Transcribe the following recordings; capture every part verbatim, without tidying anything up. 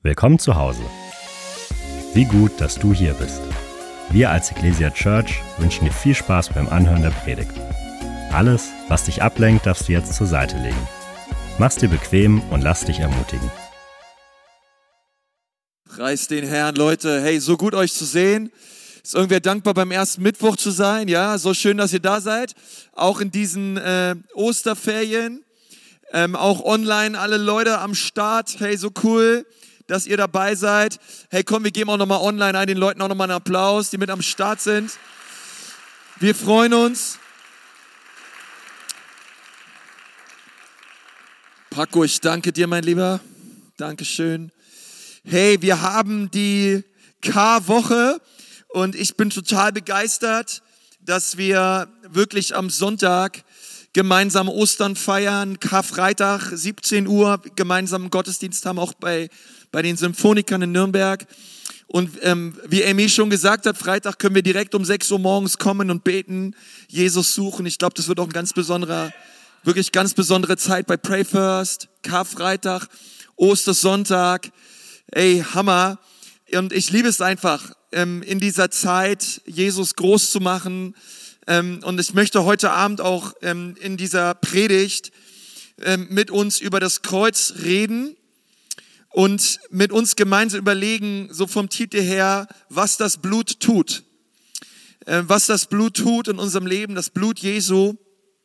Willkommen zu Hause. Wie gut, dass du hier bist. Wir als Ecclesia Church wünschen dir viel Spaß beim Anhören der Predigt. Alles, was dich ablenkt, darfst du jetzt zur Seite legen. Mach's dir bequem und lass dich ermutigen. Preis den Herrn, Leute. Hey, so gut euch zu sehen. Ist irgendwer dankbar, beim ersten Mittwoch zu sein? Ja, so schön, dass ihr da seid. Auch in diesen äh, Osterferien. Ähm, auch online alle Leute am Start. Hey, so cool, dass ihr dabei seid. Hey, komm, wir geben auch nochmal online ein, den Leuten auch nochmal einen Applaus, die mit am Start sind. Wir freuen uns. Paco, ich danke dir, mein Lieber. Dankeschön. Hey, wir haben die K-Woche und ich bin total begeistert, dass wir wirklich am Sonntag gemeinsam Ostern feiern, Karfreitag, siebzehn Uhr, gemeinsam Gottesdienst haben, auch bei, bei den Symphonikern in Nürnberg. Und ähm, wie Amy schon gesagt hat, Freitag können wir direkt um sechs Uhr morgens kommen und beten, Jesus suchen. Ich glaube, das wird auch ein ganz besonderer, wirklich ganz besondere Zeit bei Pray First, Karfreitag, Ostersonntag. Ey, Hammer. Und ich liebe es einfach, ähm, in dieser Zeit Jesus groß zu machen. Ähm, und ich möchte heute Abend auch ähm, in dieser Predigt ähm, mit uns über das Kreuz reden und mit uns gemeinsam überlegen, so vom Titel her, was das Blut tut. Äh, was das Blut tut in unserem Leben, das Blut Jesu.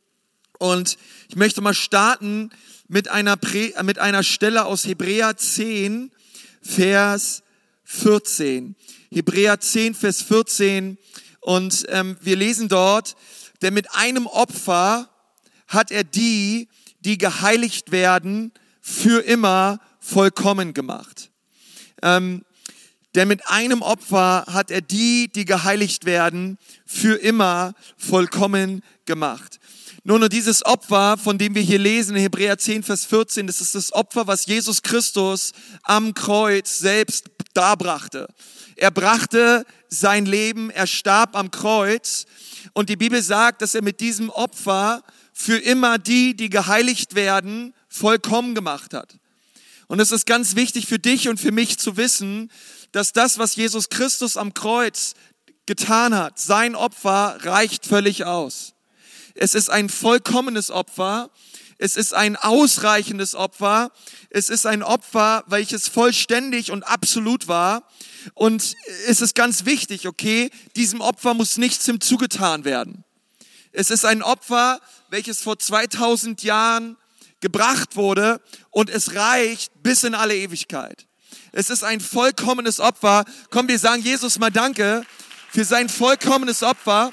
Und ich möchte mal starten mit einer, Prä- mit einer Stelle aus Hebräer zehn, Vers vierzehn. Hebräer zehn, Vers vierzehn. Und ähm, wir lesen dort, denn mit einem Opfer hat er die, die geheiligt werden, für immer vollkommen gemacht. Ähm, denn mit einem Opfer hat er die, die geheiligt werden, für immer vollkommen gemacht. Nun, und dieses Opfer, von dem wir hier lesen, in Hebräer zehn, Vers vierzehn, das ist das Opfer, was Jesus Christus am Kreuz selbst darbrachte. Er brachte sein Leben, er starb am Kreuz und die Bibel sagt, dass er mit diesem Opfer für immer die, die geheiligt werden, vollkommen gemacht hat. Und es ist ganz wichtig für dich und für mich zu wissen, dass das, was Jesus Christus am Kreuz getan hat, sein Opfer reicht völlig aus. Es ist ein vollkommenes Opfer. Es ist ein ausreichendes Opfer. Es ist ein Opfer, welches vollständig und absolut war. Und es ist ganz wichtig, okay, diesem Opfer muss nichts hinzugetan werden. Es ist ein Opfer, welches vor zweitausend Jahren gebracht wurde und es reicht bis in alle Ewigkeit. Es ist ein vollkommenes Opfer. Komm, wir sagen Jesus mal Danke für sein vollkommenes Opfer.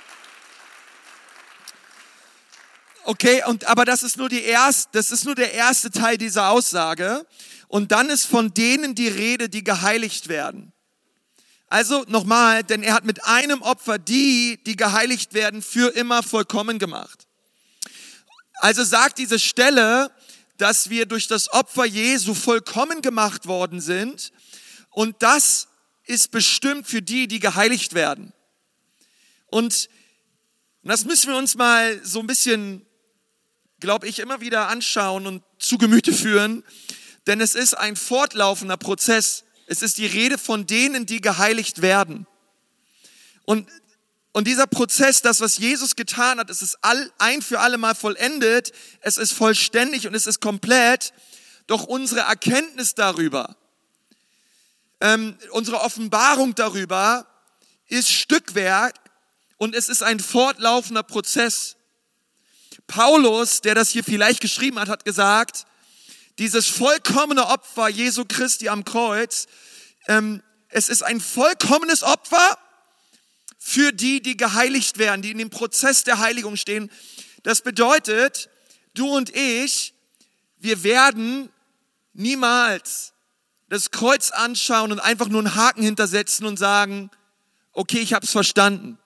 Okay, und, aber das ist nur die erste, das ist nur der erste Teil dieser Aussage. Und dann ist von denen die Rede, die geheiligt werden. Also nochmal, denn er hat mit einem Opfer die, die geheiligt werden, für immer vollkommen gemacht. Also sagt diese Stelle, dass wir durch das Opfer Jesu vollkommen gemacht worden sind. Und das ist bestimmt für die, die geheiligt werden. Und das müssen wir uns mal so ein bisschen, glaube ich, immer wieder anschauen und zu Gemüte führen, denn es ist ein fortlaufender Prozess. Es ist die Rede von denen, die geheiligt werden. Und, und dieser Prozess, das, was Jesus getan hat, es ist all, ein für alle Mal vollendet, es ist vollständig und es ist komplett, doch unsere Erkenntnis darüber, ähm, unsere Offenbarung darüber ist Stückwerk und es ist ein fortlaufender Prozess. Paulus, der das hier vielleicht geschrieben hat, hat gesagt, dieses vollkommene Opfer Jesu Christi am Kreuz, ähm, es ist ein vollkommenes Opfer für die, die geheiligt werden, die in dem Prozess der Heiligung stehen. Das bedeutet, du und ich, wir werden niemals das Kreuz anschauen und einfach nur einen Haken hintersetzen und sagen, okay, ich habe es verstanden.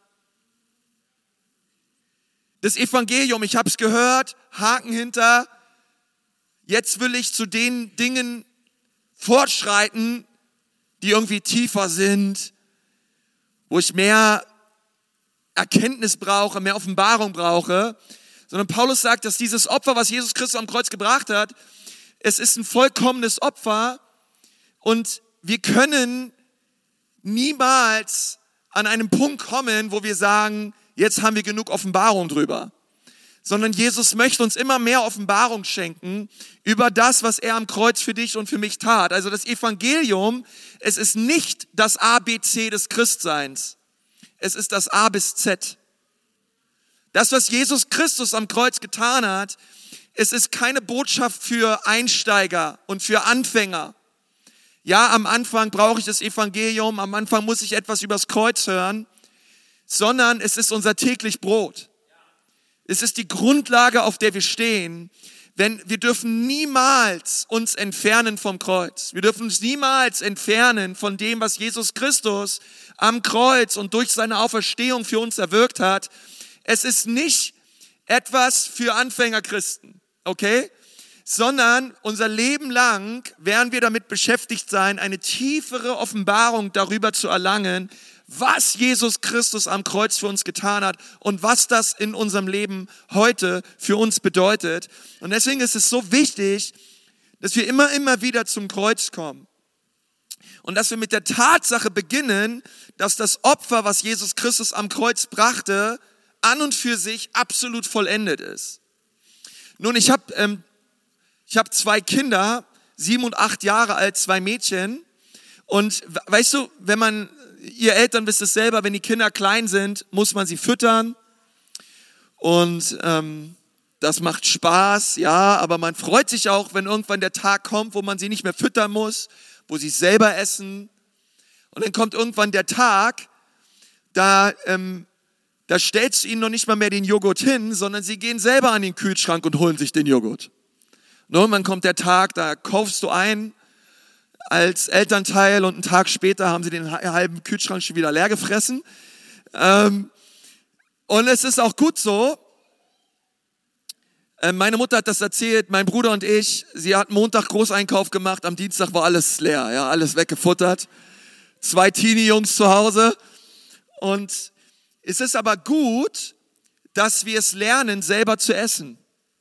Das Evangelium, ich habe es gehört, Haken hinter. Jetzt will ich zu den Dingen fortschreiten, die irgendwie tiefer sind, wo ich mehr Erkenntnis brauche, mehr Offenbarung brauche. Sondern Paulus sagt, dass dieses Opfer, was Jesus Christus am Kreuz gebracht hat, es ist ein vollkommenes Opfer und wir können niemals an einen Punkt kommen, wo wir sagen, jetzt haben wir genug Offenbarung drüber. Sondern Jesus möchte uns immer mehr Offenbarung schenken über das, was er am Kreuz für dich und für mich tat. Also das Evangelium, es ist nicht das A B C des Christseins. Es ist das A bis Z. Das, was Jesus Christus am Kreuz getan hat, es ist keine Botschaft für Einsteiger und für Anfänger. Ja, am Anfang brauche ich das Evangelium, am Anfang muss ich etwas übers Kreuz hören, sondern es ist unser täglich Brot. Es ist die Grundlage, auf der wir stehen. Wenn, wir dürfen niemals uns entfernen vom Kreuz. Wir dürfen uns niemals entfernen von dem, was Jesus Christus am Kreuz und durch seine Auferstehung für uns erwirkt hat. Es ist nicht etwas für Anfängerchristen, okay? Sondern unser Leben lang werden wir damit beschäftigt sein, eine tiefere Offenbarung darüber zu erlangen, was Jesus Christus am Kreuz für uns getan hat und was das in unserem Leben heute für uns bedeutet. Und deswegen ist es so wichtig, dass wir immer, immer wieder zum Kreuz kommen. Und dass wir mit der Tatsache beginnen, dass das Opfer, was Jesus Christus am Kreuz brachte, an und für sich absolut vollendet ist. Nun, ich habe ähm, ich hab zwei Kinder, sieben und acht Jahre alt, zwei Mädchen. Und weißt du, wenn man, ihr Eltern wisst es selber, wenn die Kinder klein sind, muss man sie füttern. Und ähm, das macht Spaß, ja, aber man freut sich auch, wenn irgendwann der Tag kommt, wo man sie nicht mehr füttern muss, wo sie selber essen. Und dann kommt irgendwann der Tag, da, ähm, da stellst du ihnen noch nicht mal mehr den Joghurt hin, sondern sie gehen selber an den Kühlschrank und holen sich den Joghurt. Und irgendwann kommt der Tag, da kaufst du ein als Elternteil und einen Tag später haben sie den halben Kühlschrank schon wieder leer gefressen. Ähm, und es ist auch gut so. Ähm, meine Mutter hat das erzählt, mein Bruder und ich, sie hat Montag Großeinkauf gemacht, am Dienstag war alles leer, ja, alles weggefuttert. Zwei Teenie-Jungs zu Hause. Und es ist aber gut, dass wir es lernen, selber zu essen.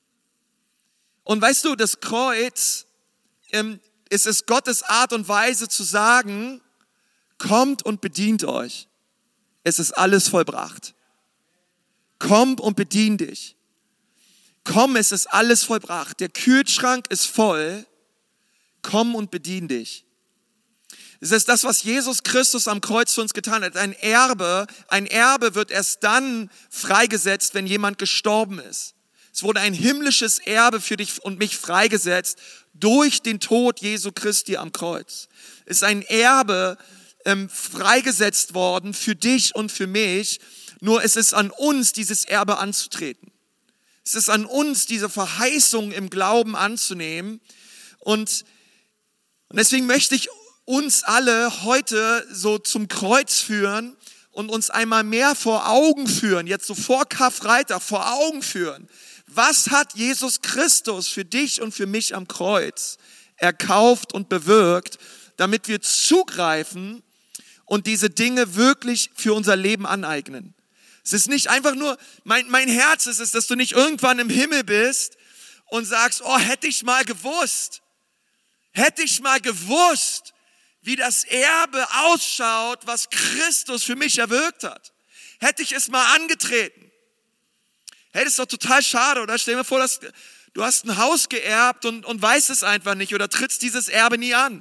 Und weißt du, das Kreuz, ähm, es ist Gottes Art und Weise zu sagen, kommt und bedient euch. Es ist alles vollbracht. Komm und bedien dich. Komm, es ist alles vollbracht. Der Kühlschrank ist voll. Komm und bedien dich. Es ist das, was Jesus Christus am Kreuz für uns getan hat. Ein Erbe, ein Erbe wird erst dann freigesetzt, wenn jemand gestorben ist. Es wurde ein himmlisches Erbe für dich und mich freigesetzt durch den Tod Jesu Christi am Kreuz. Es ist ein Erbe ähm, freigesetzt worden für dich und für mich. Nur es ist an uns, dieses Erbe anzutreten. Es ist an uns, diese Verheißung im Glauben anzunehmen. Und, und deswegen möchte ich uns alle heute so zum Kreuz führen und uns einmal mehr vor Augen führen, jetzt so vor Karfreitag vor Augen führen. Was hat Jesus Christus für dich und für mich am Kreuz erkauft und bewirkt, damit wir zugreifen und diese Dinge wirklich für unser Leben aneignen? Es ist nicht einfach nur, mein, mein Herz ist es, dass du nicht irgendwann im Himmel bist und sagst, oh, hätte ich mal gewusst, hätte ich mal gewusst, wie das Erbe ausschaut, was Christus für mich erwirkt hat. Hätte ich es mal angetreten. Hey, das ist doch total schade, oder? Stell dir vor, dass du hast ein Haus geerbt und, und weißt es einfach nicht oder trittst dieses Erbe nie an.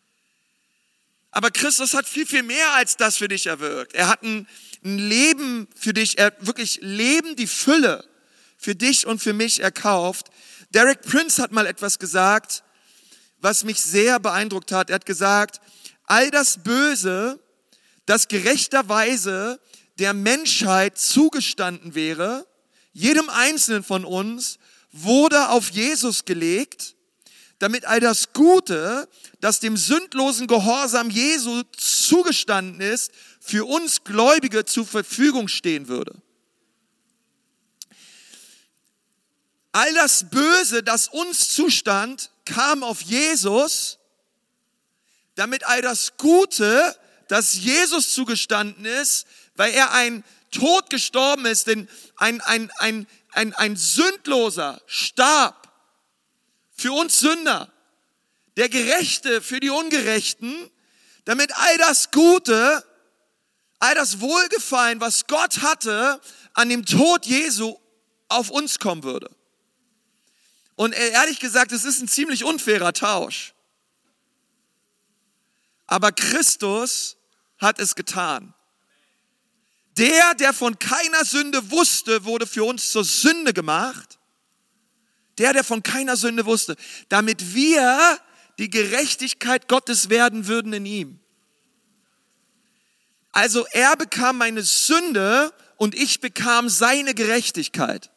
Aber Christus hat viel, viel mehr als das für dich erwirkt. Er hat ein, ein Leben für dich, er wirklich Leben, die Fülle für dich und für mich erkauft. Derek Prince hat mal etwas gesagt, was mich sehr beeindruckt hat. Er hat gesagt, all das Böse, das gerechterweise der Menschheit zugestanden wäre, jedem Einzelnen von uns, wurde auf Jesus gelegt, damit all das Gute, das dem sündlosen Gehorsam Jesu zugestanden ist, für uns Gläubige zur Verfügung stehen würde. All das Böse, das uns zustand, kam auf Jesus, damit all das Gute, das Jesus zugestanden ist, weil er ein Tod gestorben ist, denn ein, ein, ein, ein, ein Sündloser starb für uns Sünder. Der Gerechte für die Ungerechten, damit all das Gute, all das Wohlgefallen, was Gott hatte, an dem Tod Jesu auf uns kommen würde. Und ehrlich gesagt, es ist ein ziemlich unfairer Tausch. Aber Christus hat es getan. Der, der von keiner Sünde wusste, wurde für uns zur Sünde gemacht. Der, der von keiner Sünde wusste, damit wir die Gerechtigkeit Gottes werden würden in ihm. Also er bekam meine Sünde und ich bekam seine Gerechtigkeit.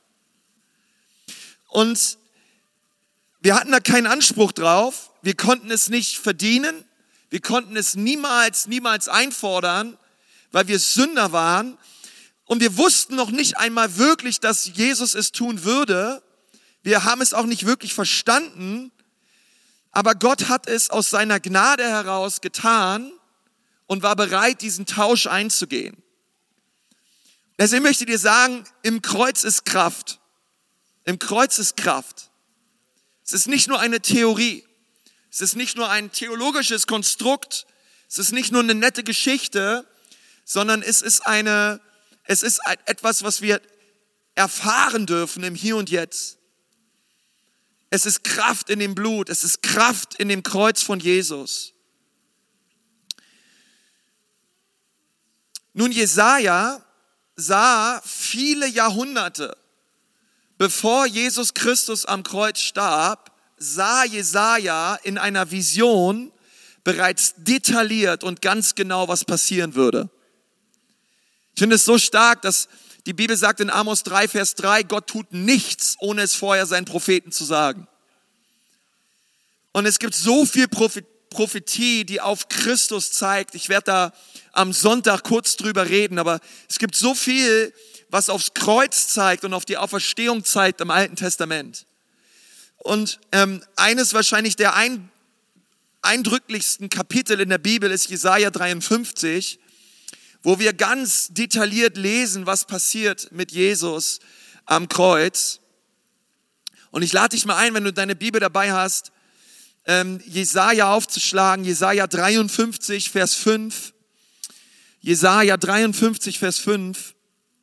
Und wir hatten da keinen Anspruch drauf. Wir konnten es nicht verdienen. Wir konnten es niemals, niemals einfordern, weil wir Sünder waren. Und wir wussten noch nicht einmal wirklich, dass Jesus es tun würde. Wir haben es auch nicht wirklich verstanden. Aber Gott hat es aus seiner Gnade heraus getan und war bereit, diesen Tausch einzugehen. Deswegen möchte ich dir sagen, im Kreuz ist Kraft. Im Kreuz ist Kraft. Es ist nicht nur eine Theorie. Es ist nicht nur ein theologisches Konstrukt. Es ist nicht nur eine nette Geschichte, sondern es ist eine, es ist etwas, was wir erfahren dürfen im Hier und Jetzt. Es ist Kraft in dem Blut. Es ist Kraft in dem Kreuz von Jesus. Nun, Jesaja sah viele Jahrhunderte, bevor Jesus Christus am Kreuz starb, sah Jesaja in einer Vision bereits detailliert und ganz genau, was passieren würde. Ich finde es so stark, dass die Bibel sagt in Amos drei, Vers drei, Gott tut nichts, ohne es vorher seinen Propheten zu sagen. Und es gibt so viel Prophetie, die auf Christus zeigt. Ich werde da am Sonntag kurz drüber reden, aber es gibt so viel, was aufs Kreuz zeigt und auf die Auferstehung zeigt im Alten Testament. Und ähm, eines wahrscheinlich der ein, eindrücklichsten Kapitel in der Bibel ist Jesaja dreiundfünfzig, wo wir ganz detailliert lesen, was passiert mit Jesus am Kreuz. Und ich lade dich mal ein, wenn du deine Bibel dabei hast, ähm, Jesaja aufzuschlagen, Jesaja dreiundfünfzig, Vers fünf. Jesaja dreiundfünfzig, Vers fünf.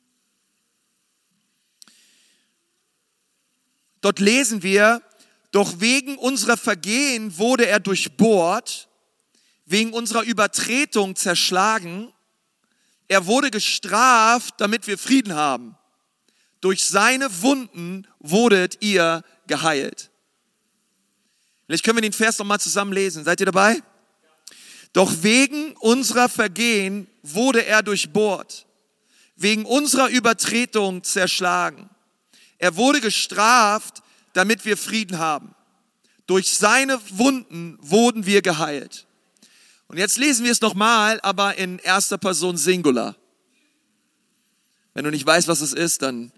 Dort lesen wir, doch wegen unserer Vergehen wurde er durchbohrt, wegen unserer Übertretung zerschlagen. Er wurde gestraft, damit wir Frieden haben. Durch seine Wunden wurdet ihr geheilt. Vielleicht können wir den Vers nochmal zusammen lesen. Seid ihr dabei? Doch wegen unserer Vergehen wurde er durchbohrt, wegen unserer Übertretung zerschlagen. Er wurde gestraft, damit wir Frieden haben. Durch seine Wunden wurden wir geheilt. Und jetzt lesen wir es nochmal, aber in erster Person Singular. Wenn du nicht weißt, was es ist, dann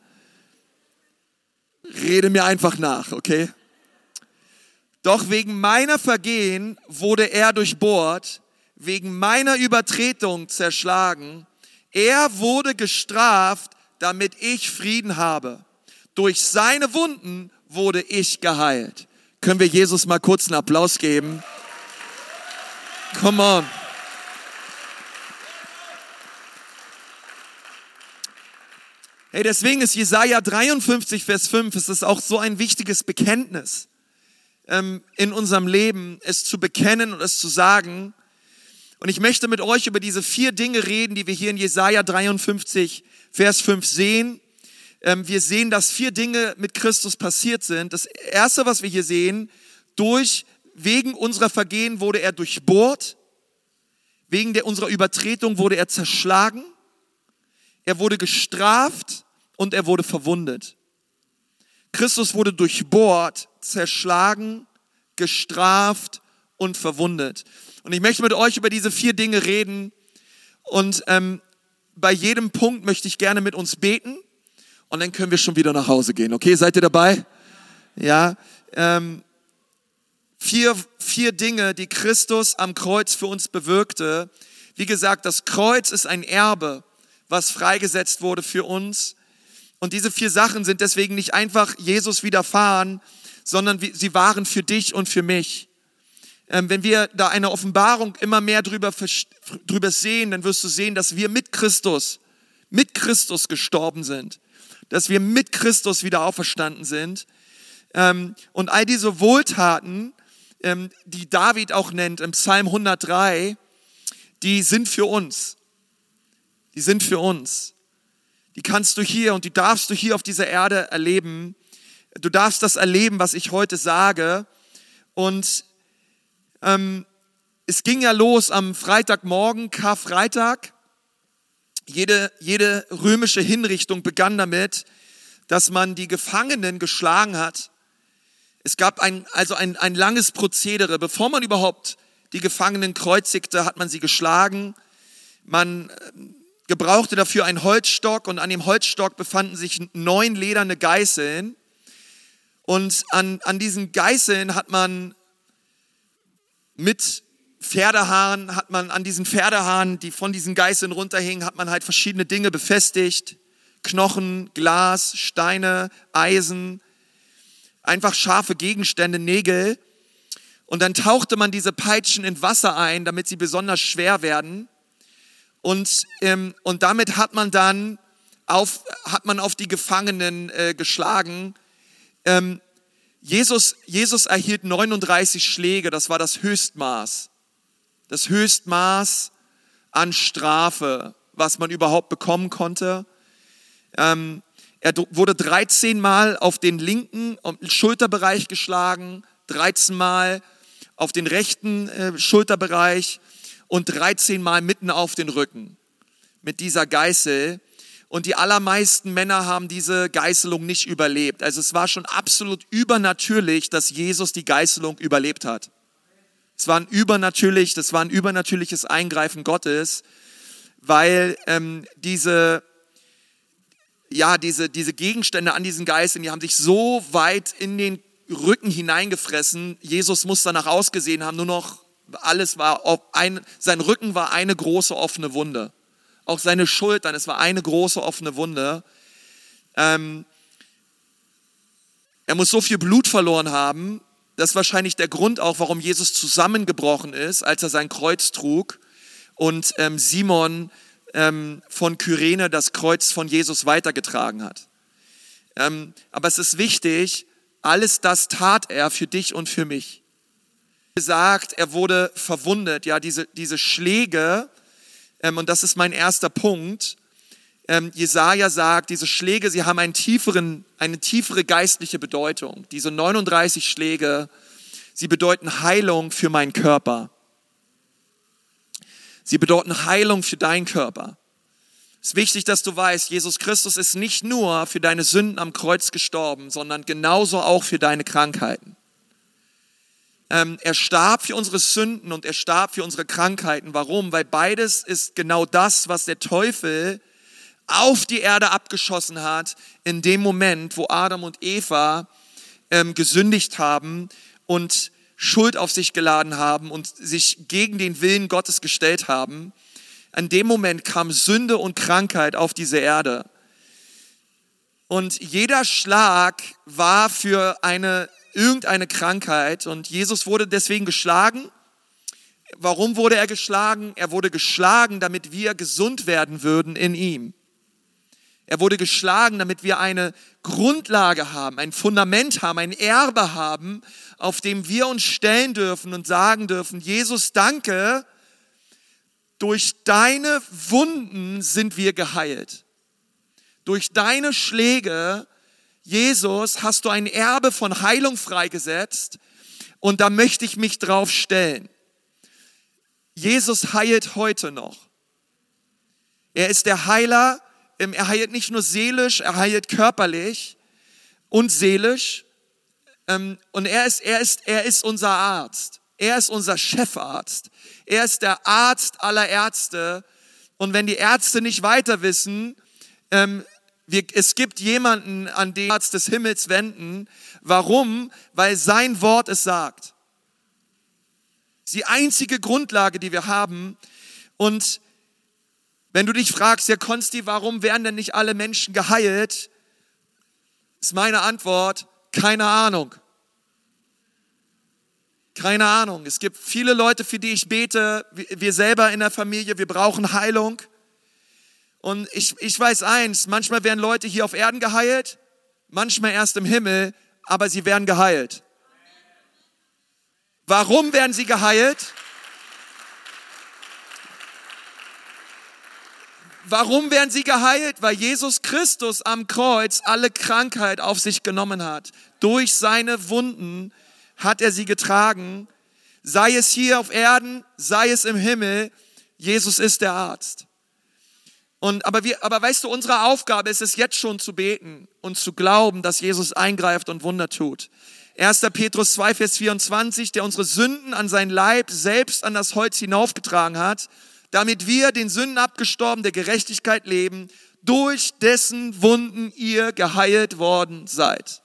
rede mir einfach nach, okay? Doch wegen meiner Vergehen wurde er durchbohrt, wegen meiner Übertretung zerschlagen. Er wurde gestraft, damit ich Frieden habe. Durch seine Wunden wurde ich geheilt. Können wir Jesus mal kurz einen Applaus geben? Come on. Hey, deswegen ist Jesaja dreiundfünfzig, Vers fünf, es ist auch so ein wichtiges Bekenntnis ähm, in unserem Leben, es zu bekennen und es zu sagen. Und ich möchte mit euch über diese vier Dinge reden, die wir hier in Jesaja dreiundfünfzig, Vers fünf sehen. Ähm, wir sehen, dass vier Dinge mit Christus passiert sind. Das erste, was wir hier sehen, durch Wegen unserer Vergehen wurde er durchbohrt, wegen der, unserer Übertretung wurde er zerschlagen, er wurde gestraft und er wurde verwundet. Christus wurde durchbohrt, zerschlagen, gestraft und verwundet. Und ich möchte mit euch über diese vier Dinge reden und ähm, bei jedem Punkt möchte ich gerne mit uns beten und dann können wir schon wieder nach Hause gehen. Okay, seid ihr dabei? Ja, ähm, Vier, vier Dinge, die Christus am Kreuz für uns bewirkte. Wie gesagt, das Kreuz ist ein Erbe, was freigesetzt wurde für uns. Und diese vier Sachen sind deswegen nicht einfach Jesus widerfahren, sondern sie waren für dich und für mich. ähm, wenn wir da eine Offenbarung immer mehr drüber, drüber sehen, dann wirst du sehen, dass wir mit Christus, mit Christus gestorben sind, dass wir mit Christus wieder auferstanden sind. Ähm, und all diese Wohltaten, ähm, die David auch nennt im Psalm hundertdrei, die sind für uns. Die sind für uns. Die kannst du hier und die darfst du hier auf dieser Erde erleben. Du darfst das erleben, was ich heute sage. Und ähm, es ging ja los am Freitagmorgen, Karfreitag. Jede, jede römische Hinrichtung begann damit, dass man die Gefangenen geschlagen hat. Es gab ein, also ein, ein langes Prozedere. Bevor man überhaupt die Gefangenen kreuzigte, hat man sie geschlagen. Man gebrauchte dafür einen Holzstock und an dem Holzstock befanden sich neun lederne Geißeln. Und an, an diesen Geißeln hat man mit Pferdehaaren, hat man an diesen Pferdehaaren, die von diesen Geißeln runterhingen, hat man halt verschiedene Dinge befestigt. Knochen, Glas, Steine, Eisen, einfach scharfe Gegenstände, Nägel. Und dann tauchte man diese Peitschen in Wasser ein, damit sie besonders schwer werden. Und, ähm, und damit hat man dann auf, hat man auf die Gefangenen äh, geschlagen. Ähm, Jesus, Jesus erhielt neununddreißig Schläge, das war das Höchstmaß. Das Höchstmaß an Strafe, was man überhaupt bekommen konnte. Ähm, er wurde dreizehn Mal auf den linken Schulterbereich geschlagen, dreizehn Mal auf den rechten äh, Schulterbereich und dreizehn Mal mitten auf den Rücken mit dieser Geißel. Und die allermeisten Männer haben diese Geißelung nicht überlebt. Also es war schon absolut übernatürlich, dass Jesus die Geißelung überlebt hat. Es war ein übernatürlich, das war ein übernatürliches Eingreifen Gottes, weil ähm, diese, ja, diese, diese Gegenstände an diesen Geißeln, die haben sich so weit in den Rücken hineingefressen. Jesus muss danach ausgesehen haben, nur noch alles war, auf ein, sein Rücken war eine große offene Wunde. Auch seine Schultern, es war eine große offene Wunde. Ähm, er muss so viel Blut verloren haben. Das ist wahrscheinlich der Grund auch, warum Jesus zusammengebrochen ist, als er sein Kreuz trug und ähm, Simon ähm, von Kyrene das Kreuz von Jesus weitergetragen hat. Ähm, aber es ist wichtig, alles das tat er für dich und für mich. Gesagt, er wurde verwundet, ja, diese, diese Schläge, ähm, und das ist mein erster Punkt. Ähm, Jesaja sagt, diese Schläge, sie haben einen tieferen, eine tiefere geistliche Bedeutung. Diese neununddreißig Schläge, sie bedeuten Heilung für meinen Körper. Sie bedeuten Heilung für deinen Körper. Es ist wichtig, dass du weißt, Jesus Christus ist nicht nur für deine Sünden am Kreuz gestorben, sondern genauso auch für deine Krankheiten. Ähm, er starb für unsere Sünden und er starb für unsere Krankheiten. Warum? Weil beides ist genau das, was der Teufel auf die Erde abgeschossen hat, in dem Moment, wo Adam und Eva ähm, gesündigt haben und Schuld auf sich geladen haben und sich gegen den Willen Gottes gestellt haben. In dem Moment kam Sünde und Krankheit auf diese Erde. Und jeder Schlag war für eine, irgendeine Krankheit und Jesus wurde deswegen geschlagen. Warum wurde er geschlagen? Er wurde geschlagen, damit wir gesund werden würden in ihm. Er wurde geschlagen, damit wir eine Grundlage haben, ein Fundament haben, ein Erbe haben, auf dem wir uns stellen dürfen und sagen dürfen, Jesus, danke, durch deine Wunden sind wir geheilt. Durch deine Schläge, Jesus, hast du ein Erbe von Heilung freigesetzt und da möchte ich mich drauf stellen. Jesus heilt heute noch. Er ist der Heiler. Er heilt nicht nur seelisch, er heilt körperlich und seelisch. Und er ist, er ist, er ist unser Arzt. Er ist unser Chefarzt. Er ist der Arzt aller Ärzte. Und wenn die Ärzte nicht weiter wissen, wir, es gibt jemanden, an den Arzt des Himmels wenden. Warum? Weil sein Wort es sagt. Das ist die einzige Grundlage, die wir haben. Und wenn du dich fragst, ja Konsti, warum werden denn nicht alle Menschen geheilt? Ist meine Antwort, keine Ahnung. Keine Ahnung. Es gibt viele Leute, für die ich bete. Wir selber in der Familie, wir brauchen Heilung. Und ich, ich weiß eins, manchmal werden Leute hier auf Erden geheilt, manchmal erst im Himmel, aber sie werden geheilt. Warum werden sie geheilt? Warum werden sie geheilt? Weil Jesus Christus am Kreuz alle Krankheit auf sich genommen hat. Durch seine Wunden hat er sie getragen. Sei es hier auf Erden, sei es im Himmel. Jesus ist der Arzt. Und, aber, wir, aber weißt du, unsere Aufgabe ist es jetzt schon zu beten und zu glauben, dass Jesus eingreift und Wunder tut. erster Petrus zwei, Vers vierundzwanzig, der unsere Sünden an sein Leib selbst an das Holz hinaufgetragen hat, damit wir den Sünden abgestorben der Gerechtigkeit leben, durch dessen Wunden ihr geheilt worden seid.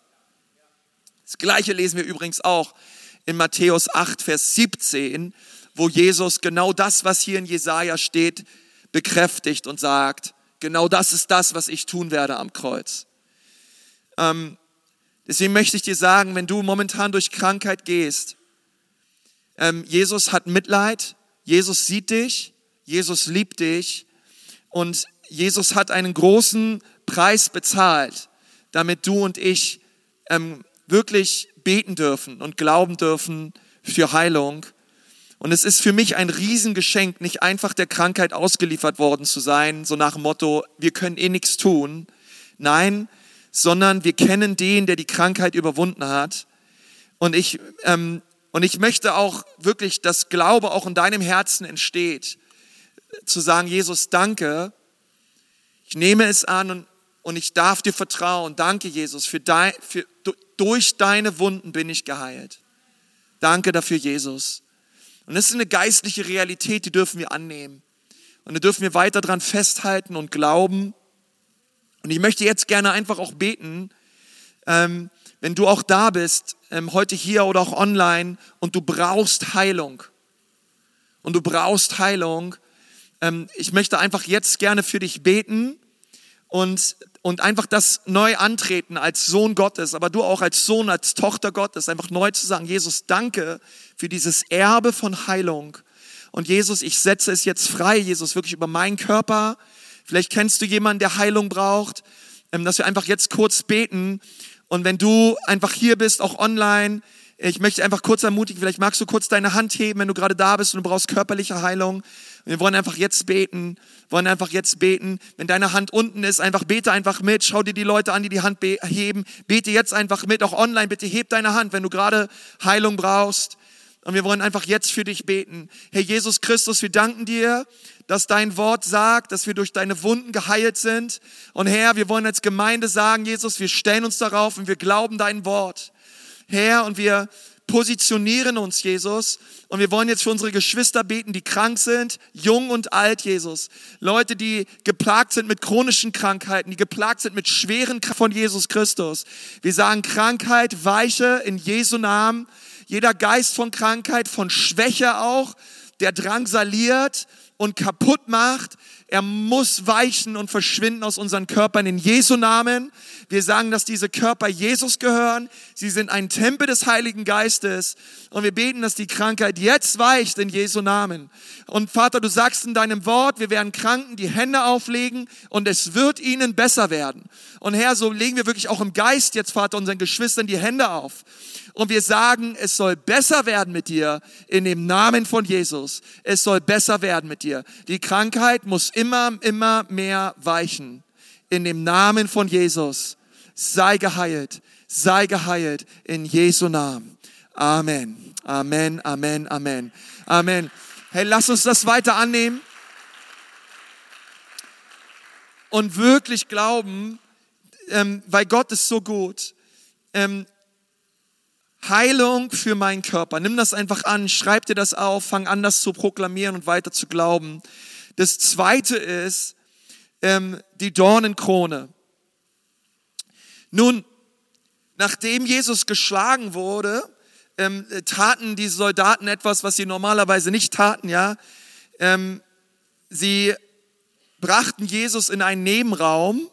Das Gleiche lesen wir übrigens auch in Matthäus acht, Vers siebzehn, wo Jesus genau das, was hier in Jesaja steht, bekräftigt und sagt, genau das ist das, was ich tun werde am Kreuz. Ähm, deswegen möchte ich dir sagen, wenn du momentan durch Krankheit gehst, ähm, Jesus hat Mitleid, Jesus sieht dich, Jesus liebt dich und Jesus hat einen großen Preis bezahlt, damit du und ich ähm, wirklich beten dürfen und glauben dürfen für Heilung. Und es ist für mich ein Riesengeschenk, nicht einfach der Krankheit ausgeliefert worden zu sein, so nach dem Motto, wir können eh nichts tun. Nein, sondern wir kennen den, der die Krankheit überwunden hat. Und ich, ähm, und ich möchte auch wirklich, dass Glaube auch in deinem Herzen entsteht, zu sagen, Jesus, danke, ich nehme es an und, und ich darf dir vertrauen. Danke, Jesus, für dein, für, durch deine Wunden bin ich geheilt. Danke dafür, Jesus. Und das ist eine geistliche Realität, die dürfen wir annehmen. Und da dürfen wir weiter dran festhalten und glauben. Und ich möchte jetzt gerne einfach auch beten, ähm, wenn du auch da bist, ähm, heute hier oder auch online, und du brauchst Heilung. Und du brauchst Heilung. Ähm, ich möchte einfach jetzt gerne für dich beten und, und einfach das neu antreten als Sohn Gottes, aber du auch als Sohn, als Tochter Gottes, einfach neu zu sagen, Jesus, danke für dieses Erbe von Heilung. Und Jesus, ich setze es jetzt frei, Jesus, wirklich über meinen Körper. Vielleicht kennst du jemanden, der Heilung braucht, dass wir einfach jetzt kurz beten. Und wenn du einfach hier bist, auch online, ich möchte einfach kurz ermutigen, vielleicht magst du kurz deine Hand heben, wenn du gerade da bist und du brauchst körperliche Heilung. Wir wollen einfach jetzt beten, wollen einfach jetzt beten. Wenn deine Hand unten ist, einfach bete einfach mit. Schau dir die Leute an, die die Hand be- heben. Bete jetzt einfach mit, auch online. Bitte heb deine Hand, wenn du gerade Heilung brauchst. Und wir wollen einfach jetzt für dich beten. Herr Jesus Christus, wir danken dir, dass dein Wort sagt, dass wir durch deine Wunden geheilt sind. Und Herr, wir wollen als Gemeinde sagen, Jesus, wir stellen uns darauf und wir glauben dein Wort. Herr, und wir positionieren uns, Jesus, und wir wollen jetzt für unsere Geschwister beten, die krank sind, jung und alt, Jesus. Leute, die geplagt sind mit chronischen Krankheiten, die geplagt sind mit schweren Krankheiten von Jesus Christus. Wir sagen, Krankheit weiche in Jesu Namen. Jeder Geist von Krankheit, von Schwäche auch, der drangsaliert und kaputt macht, er muss weichen und verschwinden aus unseren Körpern in Jesu Namen. Wir sagen, dass diese Körper Jesus gehören. Sie sind ein Tempel des Heiligen Geistes. Und wir beten, dass die Krankheit jetzt weicht in Jesu Namen. Und Vater, du sagst in deinem Wort, wir werden Kranken die Hände auflegen und es wird ihnen besser werden. Und Herr, so legen wir wirklich auch im Geist jetzt, Vater, unseren Geschwistern die Hände auf. Und wir sagen, es soll besser werden mit dir in dem Namen von Jesus. Es soll besser werden mit dir. Die Krankheit muss immer, immer mehr weichen. In dem Namen von Jesus. Sei geheilt, sei geheilt in Jesu Namen. Amen, Amen, Amen, Amen, Amen. Hey, lass uns das weiter annehmen und wirklich glauben, ähm, weil Gott ist so gut. Ähm, Heilung für meinen Körper. Nimm das einfach an, schreib dir das auf, fang an, das zu proklamieren und weiter zu glauben. Das Zweite ist ähm, die Dornenkrone. Nun, nachdem Jesus geschlagen wurde, ähm, taten die Soldaten etwas, was sie normalerweise nicht taten. Ja, ähm, sie brachten Jesus in einen Nebenraum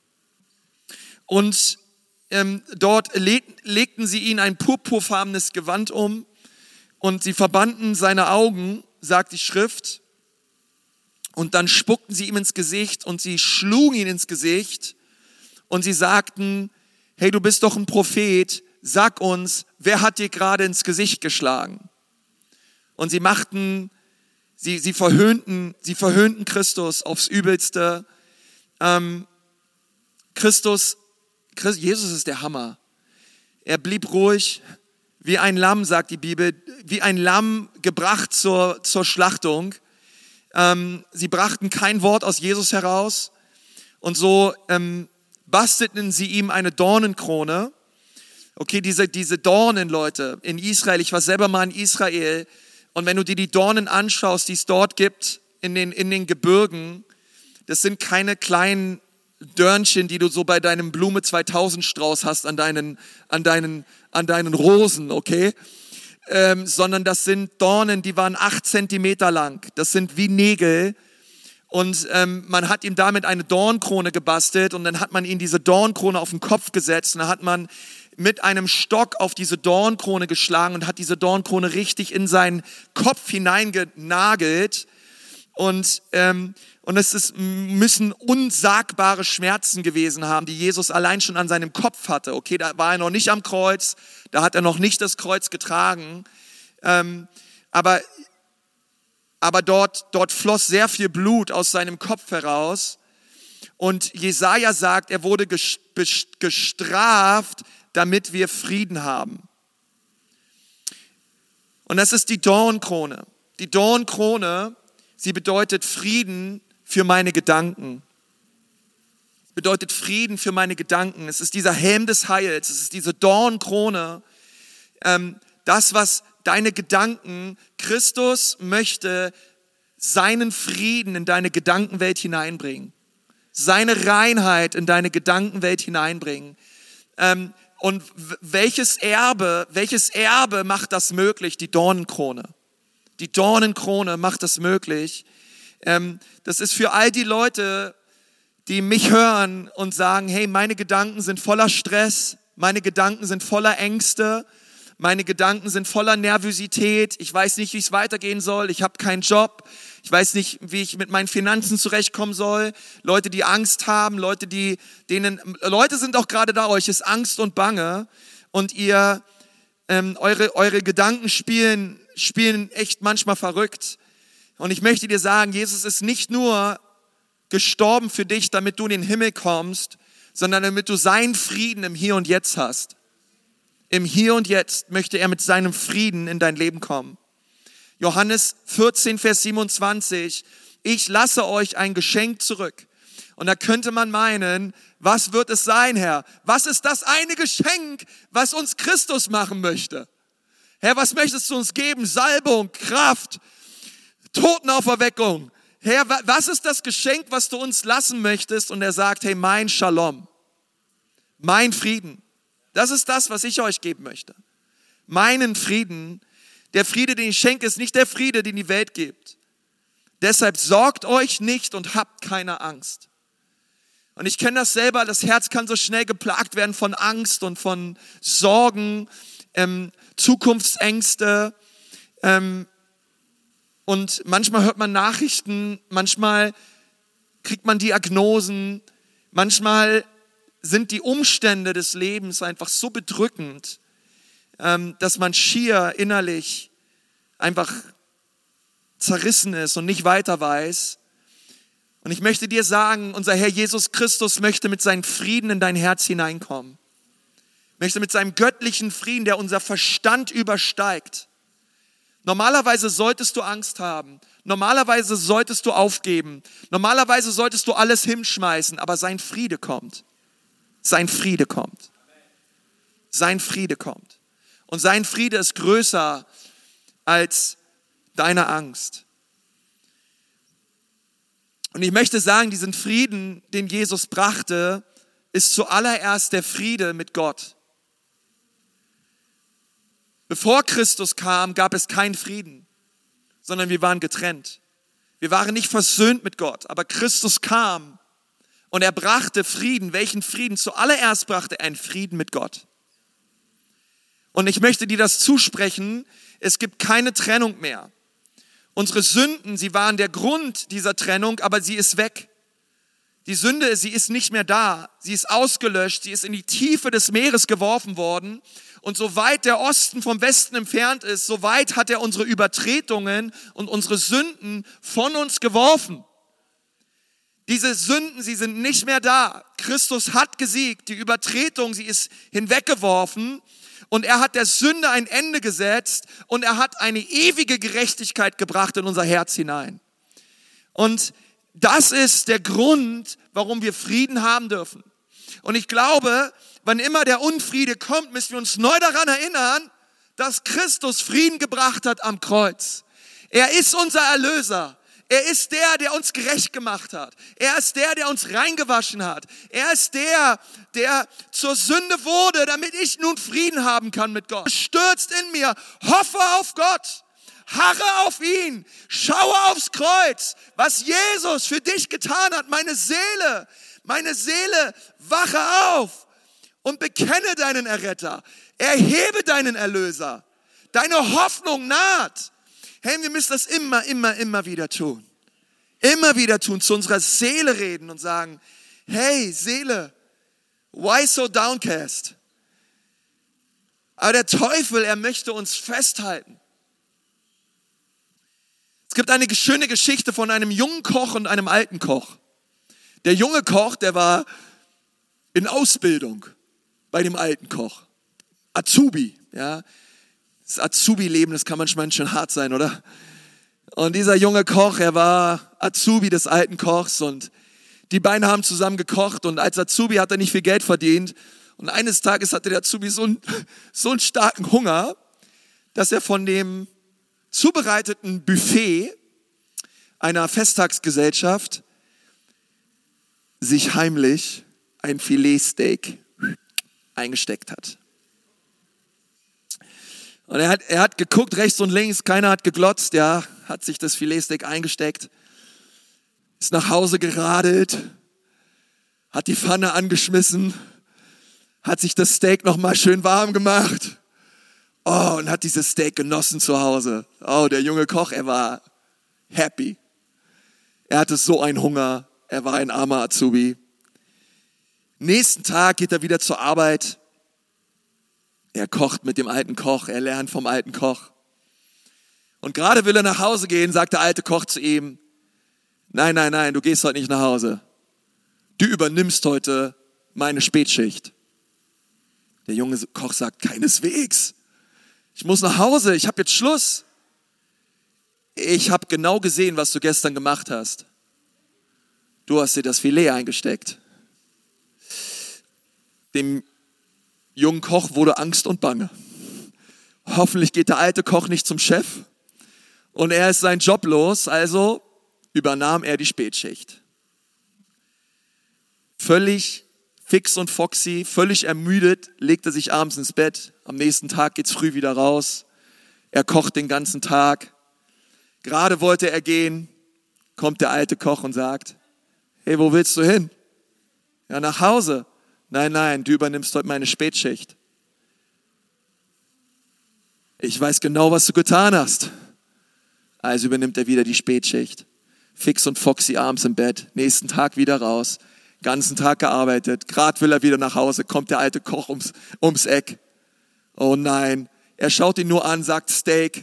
und Ähm, dort leg, legten sie ihn ein purpurfarbenes Gewand um und sie verbanden seine Augen, sagt die Schrift, und dann spuckten sie ihm ins Gesicht und sie schlugen ihn ins Gesicht und sie sagten, hey, du bist doch ein Prophet, sag uns, wer hat dir gerade ins Gesicht geschlagen? Und sie machten, sie, sie verhöhnten, sie verhöhnten Christus aufs Übelste. Ähm, Christus, Christ, Jesus ist der Hammer. Er blieb ruhig, wie ein Lamm, sagt die Bibel, wie ein Lamm gebracht zur, zur Schlachtung. Ähm, sie brachten kein Wort aus Jesus heraus und so ähm, bastelten sie ihm eine Dornenkrone. Okay, diese, diese Dornen, Leute, in Israel, ich war selber mal in Israel und wenn du dir die Dornen anschaust, die es dort gibt, in den, in den Gebirgen, das sind keine kleinen Dörnchen, die du so bei deinem Blume zweitausend Strauß hast an deinen, an deinen, an deinen Rosen, okay? Ähm, sondern das sind Dornen, die waren acht Zentimeter lang. Das sind wie Nägel. Und ähm, man hat ihm damit eine Dornkrone gebastelt und dann hat man ihm diese Dornkrone auf den Kopf gesetzt und dann hat man mit einem Stock auf diese Dornkrone geschlagen und hat diese Dornkrone richtig in seinen Kopf hineingenagelt. Und, ähm, und es ist, müssen unsagbare Schmerzen gewesen haben, die Jesus allein schon an seinem Kopf hatte. Okay, da war er noch nicht am Kreuz, da hat er noch nicht das Kreuz getragen. Ähm, aber aber dort, dort floss sehr viel Blut aus seinem Kopf heraus. Und Jesaja sagt, er wurde gestraft, damit wir Frieden haben. Und das ist die Dornkrone. Die Dornkrone, sie bedeutet Frieden für meine Gedanken. Bedeutet Frieden für meine Gedanken. Es ist dieser Helm des Heils. Es ist diese Dornkrone. Ähm, das, was deine Gedanken, Christus möchte seinen Frieden in deine Gedankenwelt hineinbringen. Seine Reinheit in deine Gedankenwelt hineinbringen. Ähm, und welches Erbe, welches Erbe macht das möglich? Die Dornenkrone. Die Dornenkrone macht das möglich. Ähm, das ist für all die Leute, die mich hören und sagen, hey, meine Gedanken sind voller Stress, meine Gedanken sind voller Ängste, meine Gedanken sind voller Nervosität, ich weiß nicht, wie es weitergehen soll, ich habe keinen Job, ich weiß nicht, wie ich mit meinen Finanzen zurechtkommen soll. Leute, die Angst haben, Leute, die, denen, Leute sind auch gerade da, euch ist Angst und Bange und ihr, ähm, eure, eure Gedanken spielen, spielen echt manchmal verrückt. Und ich möchte dir sagen, Jesus ist nicht nur gestorben für dich, damit du in den Himmel kommst, sondern damit du seinen Frieden im Hier und Jetzt hast. Im Hier und Jetzt möchte er mit seinem Frieden in dein Leben kommen. Johannes vierzehn, Vers siebenundzwanzig, ich lasse euch ein Geschenk zurück. Und da könnte man meinen, was wird es sein, Herr? Was ist das eine Geschenk, was uns Christus machen möchte? Herr, was möchtest du uns geben? Salbung, Kraft, Totenauferweckung. Herr, was ist das Geschenk, was du uns lassen möchtest? Und er sagt, hey, mein Shalom, mein Frieden. Das ist das, was ich euch geben möchte. Meinen Frieden. Der Friede, den ich schenke, ist nicht der Friede, den die Welt gibt. Deshalb sorgt euch nicht und habt keine Angst. Und ich kenne das selber, das Herz kann so schnell geplagt werden von Angst und von Sorgen, ähm, Zukunftsängste. Ähm, und manchmal hört man Nachrichten, manchmal kriegt man Diagnosen, manchmal sind die Umstände des Lebens einfach so bedrückend, dass man schier innerlich einfach zerrissen ist und nicht weiter weiß. Und ich möchte dir sagen, unser Herr Jesus Christus möchte mit seinem Frieden in dein Herz hineinkommen. Möchte mit seinem göttlichen Frieden, der unser Verstand übersteigt. Normalerweise solltest du Angst haben. Normalerweise solltest du aufgeben. Normalerweise solltest du alles hinschmeißen, aber sein Friede kommt. Sein Friede kommt. Sein Friede kommt. Und sein Friede ist größer als deine Angst. Und ich möchte sagen, diesen Frieden, den Jesus brachte, ist zuallererst der Friede mit Gott. Bevor Christus kam, gab es keinen Frieden, sondern wir waren getrennt. Wir waren nicht versöhnt mit Gott, aber Christus kam und er brachte Frieden. Welchen Frieden? Zuallererst brachte er einen Frieden mit Gott. Und ich möchte dir das zusprechen, es gibt keine Trennung mehr. Unsere Sünden, sie waren der Grund dieser Trennung, aber sie ist weg. Die Sünde, sie ist nicht mehr da. Sie ist ausgelöscht, sie ist in die Tiefe des Meeres geworfen worden. Und so weit der Osten vom Westen entfernt ist, so weit hat er unsere Übertretungen und unsere Sünden von uns geworfen. Diese Sünden, sie sind nicht mehr da. Christus hat gesiegt. Die Übertretung, sie ist hinweggeworfen. Und er hat der Sünde ein Ende gesetzt. Und er hat eine ewige Gerechtigkeit gebracht in unser Herz hinein. Und das ist der Grund, warum wir Frieden haben dürfen. Und ich glaube, wann immer der Unfriede kommt, müssen wir uns neu daran erinnern, dass Christus Frieden gebracht hat am Kreuz. Er ist unser Erlöser. Er ist der, der uns gerecht gemacht hat. Er ist der, der uns reingewaschen hat. Er ist der, der zur Sünde wurde, damit ich nun Frieden haben kann mit Gott. Stürzt in mir, hoffe auf Gott, harre auf ihn, schaue aufs Kreuz, was Jesus für dich getan hat. Meine Seele, meine Seele, wache auf und bekenne deinen Erretter. Erhebe deinen Erlöser. Deine Hoffnung naht. Hey, wir müssen das immer, immer, immer wieder tun. Immer wieder tun, zu unserer Seele reden und sagen, hey Seele, why so downcast? Aber der Teufel, er möchte uns festhalten. Es gibt eine schöne Geschichte von einem jungen Koch und einem alten Koch. Der junge Koch, der war in Ausbildung bei dem alten Koch. Azubi, ja. Das Azubi-Leben, das kann manchmal schon hart sein, oder? Und dieser junge Koch, er war Azubi des alten Kochs und die beiden haben zusammen gekocht und als Azubi hat er nicht viel Geld verdient und eines Tages hatte der Azubi so einen, so einen starken Hunger, dass er von dem zubereiteten Buffet einer Festtagsgesellschaft sich heimlich ein Filetsteak eingesteckt hat. Und er hat, er hat geguckt, rechts und links, keiner hat geglotzt, ja, hat sich das Filetsteak eingesteckt, ist nach Hause geradelt, hat die Pfanne angeschmissen, hat sich das Steak nochmal schön warm gemacht, oh, und hat dieses Steak genossen zu Hause. Oh, der junge Koch, er war happy. Er hatte so einen Hunger, er war ein armer Azubi. Nächsten Tag geht er wieder zur Arbeit. Er kocht mit dem alten Koch, er lernt vom alten Koch. Und gerade will er nach Hause gehen, sagt der alte Koch zu ihm, nein, nein, nein, du gehst heute nicht nach Hause. Du übernimmst heute meine Spätschicht. Der junge Koch sagt, keineswegs. Ich muss nach Hause, ich habe jetzt Schluss. Ich habe genau gesehen, was du gestern gemacht hast. Du hast dir das Filet eingesteckt. Dem jungen Koch wurde Angst und Bange. Hoffentlich geht der alte Koch nicht zum Chef und er ist seinen Job los, also übernahm er die Spätschicht. Völlig fix und foxy, völlig ermüdet, legt er sich abends ins Bett. Am nächsten Tag geht's früh wieder raus. Er kocht den ganzen Tag. Gerade wollte er gehen, kommt der alte Koch und sagt, hey, wo willst du hin? Ja, nach Hause. Nein, nein, du übernimmst heute meine Spätschicht. Ich weiß genau, was du getan hast. Also übernimmt er wieder die Spätschicht. Fix und foxy abends im Bett, nächsten Tag wieder raus, ganzen Tag gearbeitet, gerade will er wieder nach Hause, kommt der alte Koch ums, ums Eck. Oh nein, er schaut ihn nur an, sagt Steak.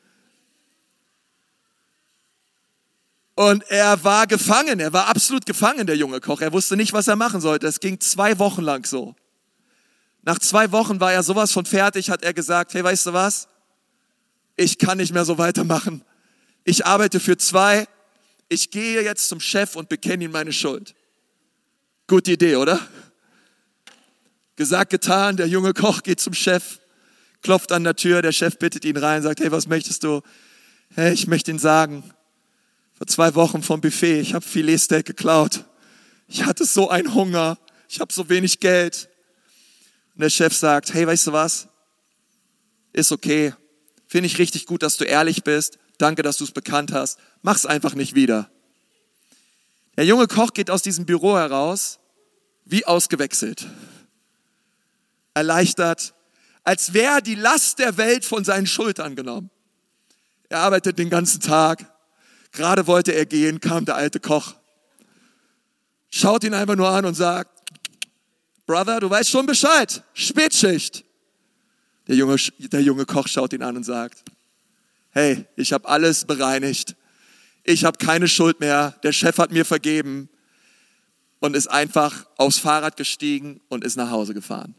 Und er war gefangen, er war absolut gefangen, der junge Koch. Er wusste nicht, was er machen sollte. Es ging zwei Wochen lang so. Nach zwei Wochen war er sowas von fertig, hat er gesagt, hey, weißt du was? Ich kann nicht mehr so weitermachen. Ich arbeite für zwei. Ich gehe jetzt zum Chef und bekenne ihm meine Schuld. Gute Idee, oder? Gesagt, getan, der junge Koch geht zum Chef, klopft an der Tür, der Chef bittet ihn rein, sagt, hey, was möchtest du? Hey, ich möchte Ihnen sagen, vor zwei Wochen vom Buffet, ich habe Filetsteak geklaut. Ich hatte so einen Hunger, ich habe so wenig Geld. Und der Chef sagt, hey, weißt du was? Ist okay. Finde ich richtig gut, dass du ehrlich bist. Danke, dass du es bekannt hast. Mach's einfach nicht wieder. Der junge Koch geht aus diesem Büro heraus, wie ausgewechselt. Erleichtert, als wäre die Last der Welt von seinen Schultern genommen. Er arbeitet den ganzen Tag. Gerade wollte er gehen, kam der alte Koch. Schaut ihn einfach nur an und sagt, Brother, du weißt schon Bescheid, Spätschicht. Der junge, der junge Koch schaut ihn an und sagt, hey, ich habe alles bereinigt. Ich habe keine Schuld mehr. Der Chef hat mir vergeben und ist einfach aufs Fahrrad gestiegen und ist nach Hause gefahren.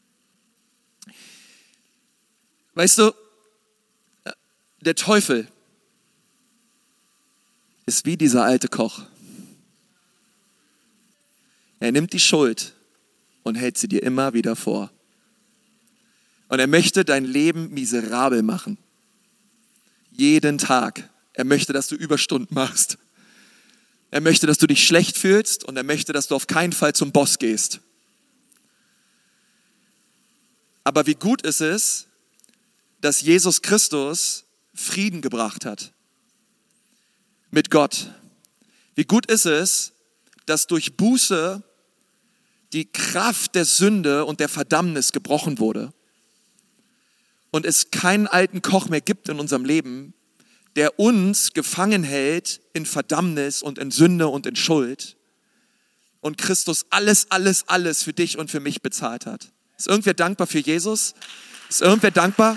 Weißt du, der Teufel ist wie dieser alte Koch. Er nimmt die Schuld und hält sie dir immer wieder vor. Und er möchte dein Leben miserabel machen. Jeden Tag. Er möchte, dass du Überstunden machst. Er möchte, dass du dich schlecht fühlst und er möchte, dass du auf keinen Fall zum Boss gehst. Aber wie gut ist es, dass Jesus Christus Frieden gebracht hat mit Gott. Wie gut ist es, dass durch Buße die Kraft der Sünde und der Verdammnis gebrochen wurde und es keinen alten Koch mehr gibt in unserem Leben, der uns gefangen hält in Verdammnis und in Sünde und in Schuld und Christus alles, alles, alles für dich und für mich bezahlt hat. Ist irgendwer dankbar für Jesus? Ist irgendwer dankbar?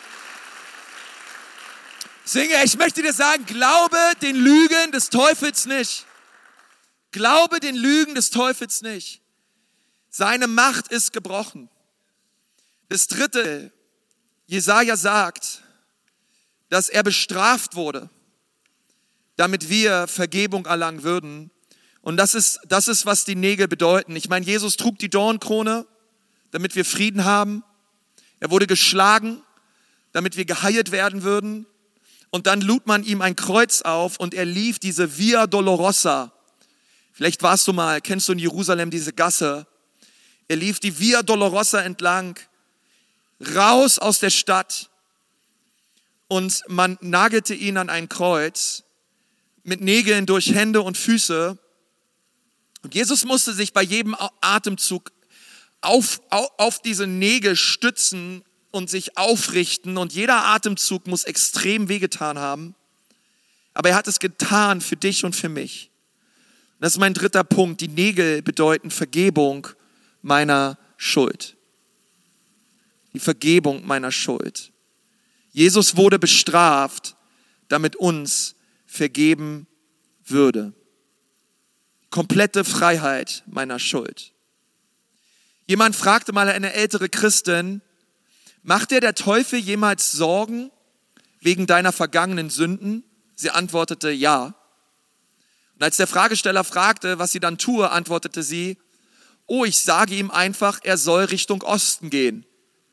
Deswegen, ich möchte dir sagen, glaube den Lügen des Teufels nicht. Glaube den Lügen des Teufels nicht. Seine Macht ist gebrochen. Das dritte, Jesaja sagt, dass er bestraft wurde, damit wir Vergebung erlangen würden. Und das ist, das ist, was die Nägel bedeuten. Ich meine, Jesus trug die Dornkrone, damit wir Frieden haben. Er wurde geschlagen, damit wir geheilt werden würden. Und dann lud man ihm ein Kreuz auf und er lief diese Via Dolorosa. Vielleicht warst du mal, kennst du in Jerusalem diese Gasse? Er lief die Via Dolorosa entlang, raus aus der Stadt und man nagelte ihn an ein Kreuz mit Nägeln durch Hände und Füße. Und Jesus musste sich bei jedem Atemzug auf, auf, auf diese Nägel stützen und sich aufrichten und jeder Atemzug muss extrem wehgetan haben. Aber er hat es getan für dich und für mich. Das ist mein dritter Punkt. Die Nägel bedeuten Vergebung meiner Schuld. Die Vergebung meiner Schuld. Jesus wurde bestraft, damit uns vergeben würde. Komplette Freiheit meiner Schuld. Jemand fragte mal eine ältere Christin, macht dir der Teufel jemals Sorgen wegen deiner vergangenen Sünden? Sie antwortete, ja. Und als der Fragesteller fragte, was sie dann tue, antwortete sie, oh, ich sage ihm einfach, er soll Richtung Osten gehen.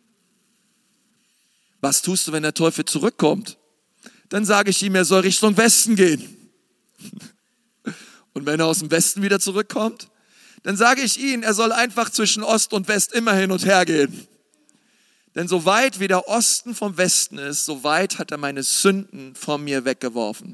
Was tust du, wenn der Teufel zurückkommt? Dann sage ich ihm, er soll Richtung Westen gehen. Und wenn er aus dem Westen wieder zurückkommt, dann sage ich ihm, er soll einfach zwischen Ost und West immer hin und her gehen. Denn so weit wie der Osten vom Westen ist, so weit hat er meine Sünden von mir weggeworfen.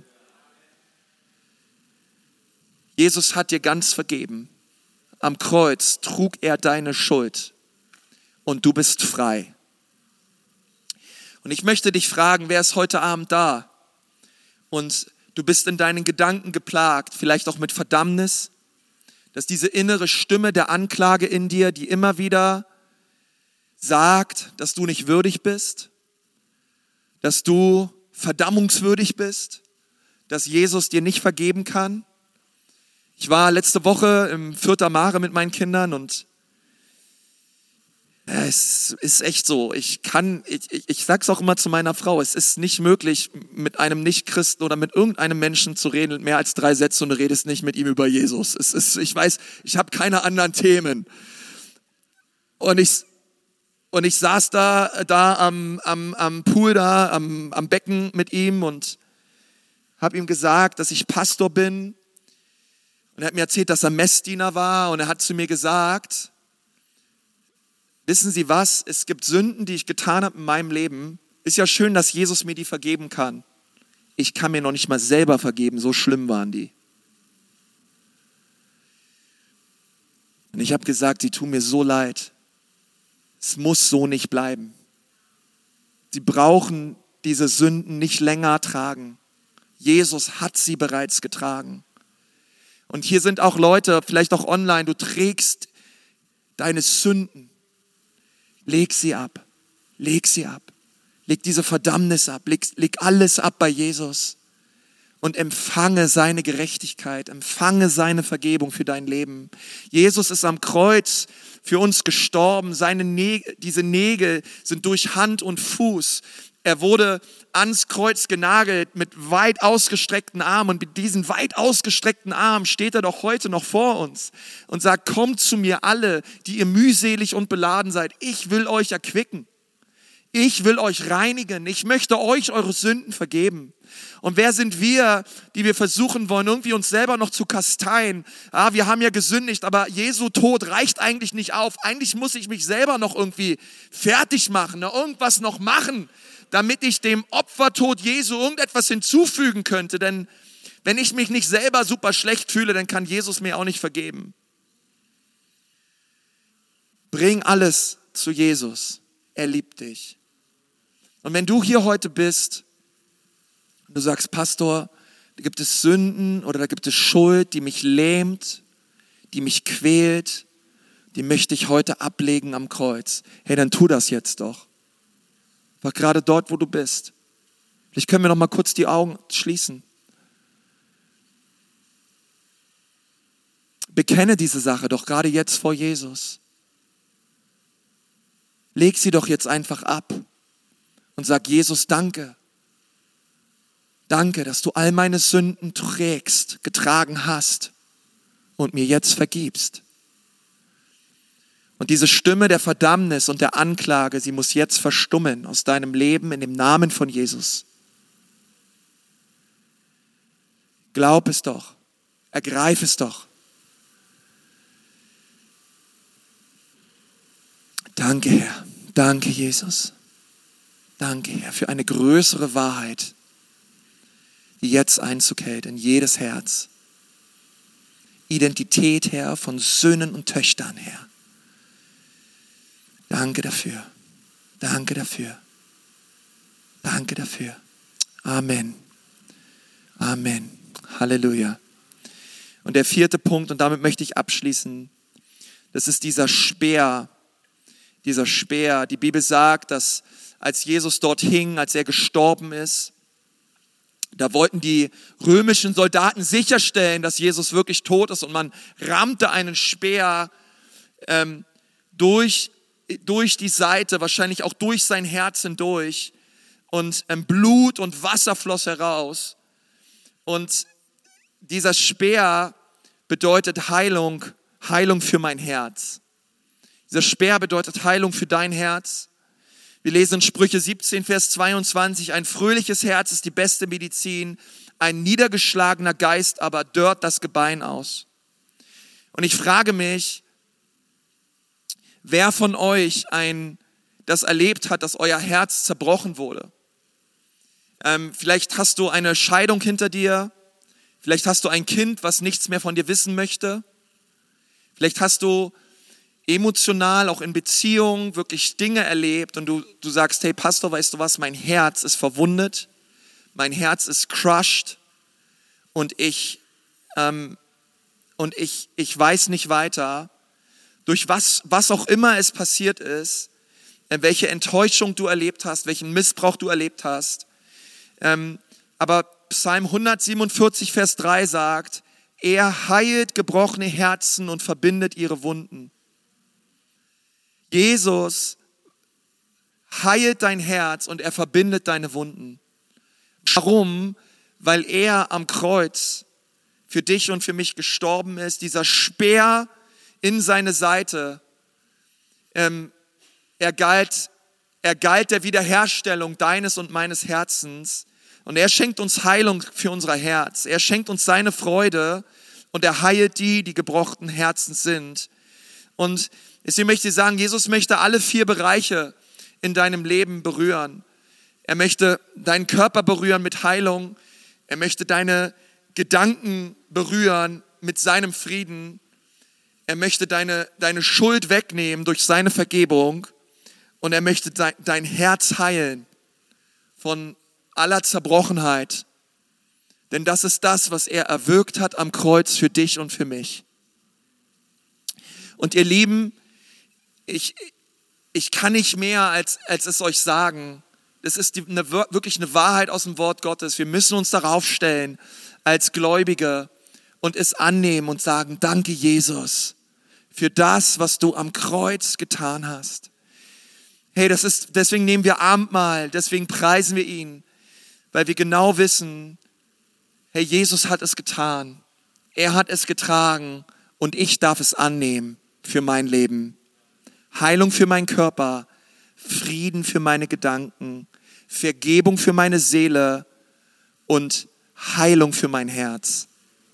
Jesus hat dir ganz vergeben. Am Kreuz trug er deine Schuld und du bist frei. Und ich möchte dich fragen, wer ist heute Abend da? Und du bist in deinen Gedanken geplagt, vielleicht auch mit Verdammnis, dass diese innere Stimme der Anklage in dir, die immer wieder sagt, dass du nicht würdig bist, dass du verdammungswürdig bist, dass Jesus dir nicht vergeben kann. Ich war letzte Woche im Fürther Mare mit meinen Kindern und es ist echt so, ich kann, ich, ich, ich sag's auch immer zu meiner Frau, es ist nicht möglich, mit einem Nichtchristen oder mit irgendeinem Menschen zu reden, mehr als drei Sätze und du redest nicht mit ihm über Jesus. Es ist, ich weiß, ich habe keine anderen Themen. Und ich, und ich saß da, da am, am, am Pool, da am, am Becken mit ihm und habe ihm gesagt, dass ich Pastor bin. Und er hat mir erzählt, dass er Messdiener war und er hat zu mir gesagt, wissen Sie was, es gibt Sünden, die ich getan habe in meinem Leben. Ist ja schön, dass Jesus mir die vergeben kann. Ich kann mir noch nicht mal selber vergeben, so schlimm waren die. Und ich habe gesagt, sie tun mir so leid. Es muss so nicht bleiben. sie brauchen diese Sünden nicht länger tragen. Jesus hat sie bereits getragen. Und hier sind auch Leute, vielleicht auch online, du trägst deine Sünden. Leg sie ab. Leg sie ab. Leg diese Verdammnis ab. Leg, leg alles ab bei Jesus. Und empfange seine Gerechtigkeit. Empfange seine Vergebung für dein Leben. Jesus ist am Kreuz für uns gestorben. Seine Nägel, diese Nägel sind durch Hand und Fuß. Er wurde ans Kreuz genagelt mit weit ausgestreckten Armen. Und mit diesen weit ausgestreckten Armen steht er doch heute noch vor uns und sagt, kommt zu mir alle, die ihr mühselig und beladen seid. Ich will euch erquicken. Ich will euch reinigen. Ich möchte euch eure Sünden vergeben. Und wer sind wir, die wir versuchen wollen, irgendwie uns selber noch zu kasteien? Ah, wir haben ja gesündigt, aber Jesu Tod reicht eigentlich nicht auf. Eigentlich muss ich mich selber noch irgendwie fertig machen, ne? Irgendwas noch machen, damit ich dem Opfertod Jesu irgendetwas hinzufügen könnte. Denn wenn ich mich nicht selber super schlecht fühle, dann kann Jesus mir auch nicht vergeben. Bring alles zu Jesus. Er liebt dich. Und wenn du hier heute bist, und du sagst, Pastor, da gibt es Sünden oder da gibt es Schuld, die mich lähmt, die mich quält, die möchte ich heute ablegen am Kreuz. Hey, dann tu das jetzt doch. War gerade dort, wo du bist. Vielleicht können wir noch mal kurz die Augen schließen. Bekenne diese Sache doch gerade jetzt vor Jesus. Leg sie doch jetzt einfach ab und sag, Jesus, danke. Danke, dass du all meine Sünden trägst, getragen hast und mir jetzt vergibst. Und diese Stimme der Verdammnis und der Anklage, sie muss jetzt verstummen aus deinem Leben in dem Namen von Jesus. Glaub es doch, ergreif es doch. Danke, Herr. Danke, Jesus. Danke, Herr, für eine größere Wahrheit, die jetzt Einzug hält in jedes Herz. Identität, Herr, von Söhnen und Töchtern, Herr. Danke dafür. Danke dafür. Danke dafür. Amen. Amen. Halleluja. Und der vierte Punkt, und damit möchte ich abschließen, das ist dieser Speer, dieser Speer. Die Bibel sagt, dass als Jesus dort hing, als er gestorben ist, da wollten die römischen Soldaten sicherstellen, dass Jesus wirklich tot ist, und man rammte einen Speer ähm, durch, durch die Seite, wahrscheinlich auch durch sein Herz hindurch, und ähm, Blut und Wasser floss heraus. Und dieser Speer bedeutet Heilung, Heilung für mein Herz. Dieser Speer bedeutet Heilung für dein Herz. Wir lesen in Sprüche siebzehn, Vers zweiundzwanzig, ein fröhliches Herz ist die beste Medizin, ein niedergeschlagener Geist aber dörrt das Gebein aus. Und ich frage mich, wer von euch ein, das erlebt hat, dass euer Herz zerbrochen wurde? Ähm, vielleicht hast du eine Scheidung hinter dir, vielleicht hast du ein Kind, was nichts mehr von dir wissen möchte, vielleicht hast du emotional, auch in Beziehungen, wirklich Dinge erlebt und du, du sagst, hey Pastor, weißt du was, mein Herz ist verwundet, mein Herz ist crushed und ich, ähm, und ich, ich weiß nicht weiter, durch was, was auch immer es passiert ist, äh, welche Enttäuschung du erlebt hast, welchen Missbrauch du erlebt hast. Ähm, aber Psalm hundertsiebenundvierzig, Vers drei sagt, er heilt gebrochene Herzen und verbindet ihre Wunden. Jesus heilt dein Herz und er verbindet deine Wunden. Warum? Weil er am Kreuz für dich und für mich gestorben ist. Dieser Speer in seine Seite, ähm, er galt, er galt der Wiederherstellung deines und meines Herzens. Und er schenkt uns Heilung für unser Herz. Er schenkt uns seine Freude und er heilt die, die gebrochenen Herzens sind. Und deswegen möchte ich sagen, Jesus möchte alle vier Bereiche in deinem Leben berühren. Er möchte deinen Körper berühren mit Heilung. Er möchte deine Gedanken berühren mit seinem Frieden. Er möchte deine, deine Schuld wegnehmen durch seine Vergebung. Und er möchte dein, dein Herz heilen von aller Zerbrochenheit. Denn das ist das, was er erwirkt hat am Kreuz für dich und für mich. Und ihr Lieben, ich, ich kann nicht mehr als, als es euch sagen. Das ist die, eine, wirklich eine Wahrheit aus dem Wort Gottes. Wir müssen uns darauf stellen als Gläubige und es annehmen und sagen, danke Jesus für das, was du am Kreuz getan hast. Hey, das ist, deswegen nehmen wir Abendmahl, deswegen preisen wir ihn, weil wir genau wissen, hey, Jesus hat es getan. Er hat es getragen und ich darf es annehmen für mein Leben. Heilung für meinen Körper, Frieden für meine Gedanken, Vergebung für meine Seele und Heilung für mein Herz.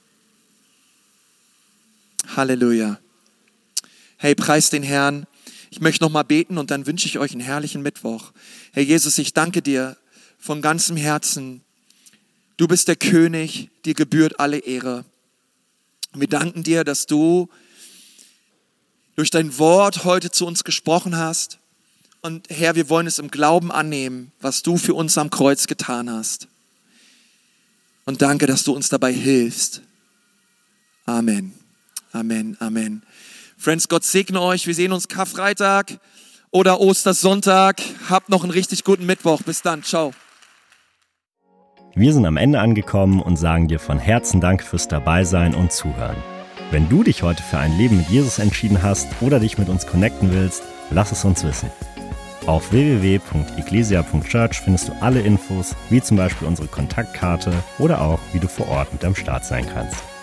Halleluja. Hey, preis den Herrn. Ich möchte noch mal beten und dann wünsche ich euch einen herrlichen Mittwoch. Herr Jesus, ich danke dir von ganzem Herzen. Du bist der König, dir gebührt alle Ehre. Wir danken dir, dass du durch dein Wort heute zu uns gesprochen hast. Und Herr, wir wollen es im Glauben annehmen, was du für uns am Kreuz getan hast. Und danke, dass du uns dabei hilfst. Amen. Amen. Amen. Friends, Gott segne euch. Wir sehen uns Karfreitag oder Ostersonntag. Habt noch einen richtig guten Mittwoch. Bis dann. Ciao. Wir sind am Ende angekommen und sagen dir von Herzen Dank fürs Dabeisein und Zuhören. Wenn du dich heute für ein Leben mit Jesus entschieden hast oder dich mit uns connecten willst, lass es uns wissen. Auf w w w punkt ecclesia punkt church findest du alle Infos, wie zum Beispiel unsere Kontaktkarte oder auch, wie du vor Ort mit am Start sein kannst.